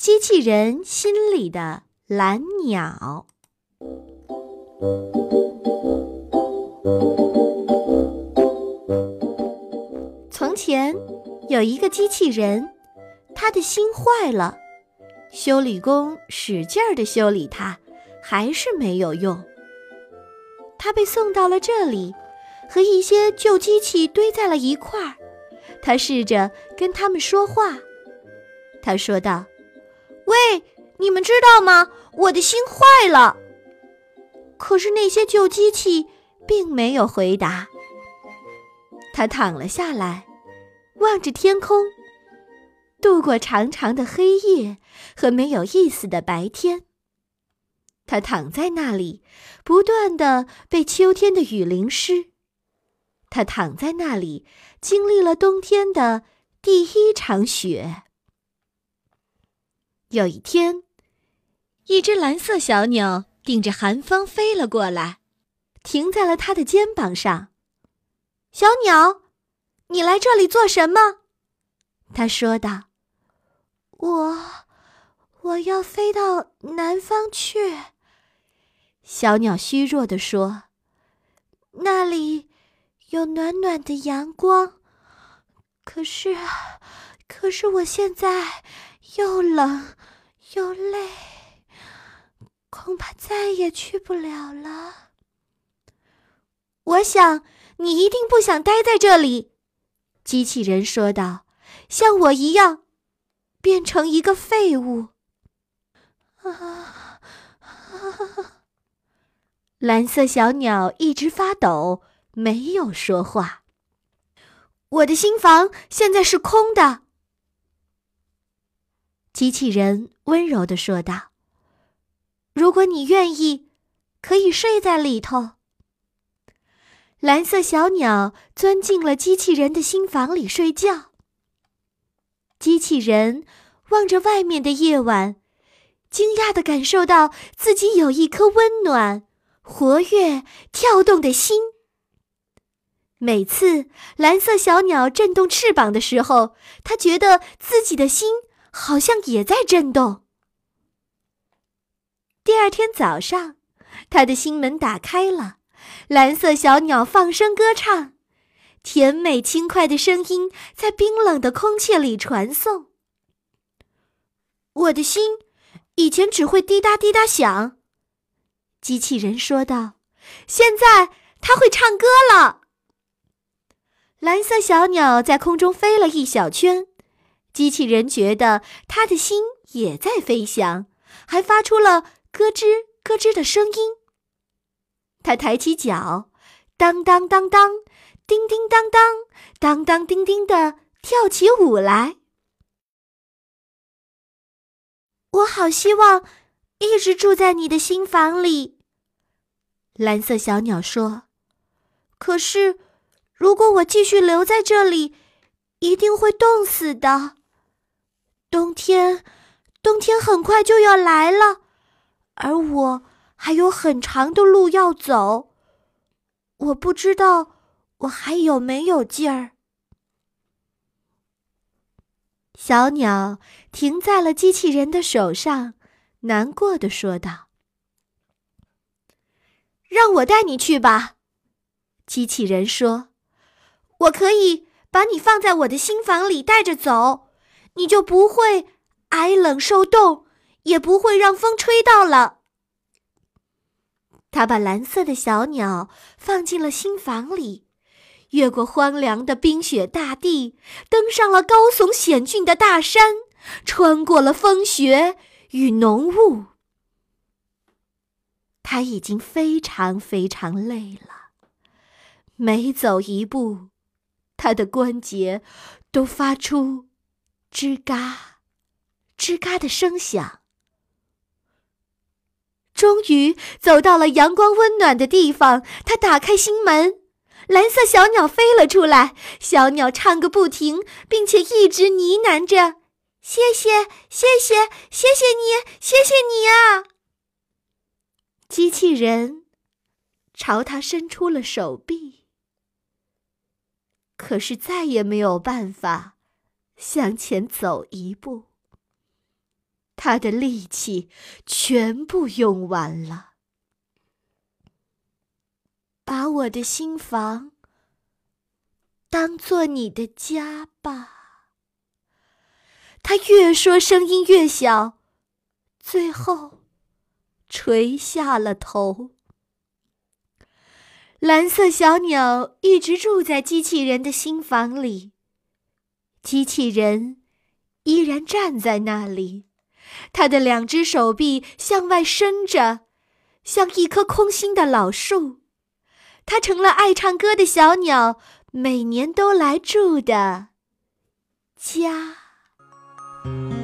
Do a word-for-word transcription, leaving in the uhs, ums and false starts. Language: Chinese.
机器人心里的蓝鸟。从前有一个机器人，他的心坏了，修理工使劲儿地修理它，还是没有用。他被送到了这里，和一些旧机器堆在了一块儿。他试着跟他们说话。他说道：喂，你们知道吗？我的心坏了。可是那些旧机器并没有回答。他躺了下来，望着天空，度过长长的黑夜和没有意思的白天。他躺在那里，不断地被秋天的雨淋湿。他躺在那里，经历了冬天的第一场雪。有一天，一只蓝色小鸟顶着寒风飞了过来，停在了他的肩膀上。小鸟，你来这里做什么？他说道。我，我要飞到南方去。小鸟虚弱地说，那里有暖暖的阳光，可是，可是我现在又冷又累，恐怕再也去不了了。我想你一定不想待在这里，机器人说道，像我一样，变成一个废物。啊，蓝色小鸟一直发抖，没有说话。我的心房现在是空的，机器人温柔地说道。如果你愿意，可以睡在里头。蓝色小鸟钻进了机器人的心房里睡觉。机器人望着外面的夜晚，惊讶地感受到自己有一颗温暖、活跃、跳动的心。每次蓝色小鸟振动翅膀的时候，它觉得自己的心好像也在震动。第二天早上，它的心门打开了，蓝色小鸟放声歌唱，甜美轻快的声音在冰冷的空气里传送。我的心以前只会滴答滴答响，机器人说道，现在它会唱歌了。蓝色小鸟在空中飞了一小圈，机器人觉得它的心也在飞翔，还发出了咯吱咯吱的声音。它抬起脚，当当当当，叮叮当当，当当叮叮地跳起舞来。我好希望一直住在你的心房里，蓝色小鸟说。可是，如果我继续留在这里，一定会冻死的。冬天，冬天很快就要来了，而我还有很长的路要走。我不知道我还有没有劲儿。小鸟停在了机器人的手上，难过地说道：让我带你去吧。机器人说，我可以把你放在我的心房里带着走，你就不会挨冷受冻，也不会让风吹到了。他把蓝色的小鸟放进了心房里，越过荒凉的冰雪大地，登上了高耸险峻的大山，穿过了风雪与浓雾。他已经非常非常累了，每走一步，他的关节都发出吱嘎吱嘎的声响。终于走到了阳光温暖的地方，他打开心门，蓝色小鸟飞了出来，小鸟唱个不停，并且一直呢喃着：谢谢，谢谢，谢谢你，谢谢你啊！机器人朝他伸出了手臂，可是再也没有办法向前走一步。 他的力气全部用完了。把我的新房当作你的家吧。他越说声音越小，最后垂下了头。蓝色小鸟一直住在机器人的新房里，机器人依然站在那里，他的两只手臂向外伸着，像一棵空心的老树。他成了爱唱歌的小鸟每年都来住的家。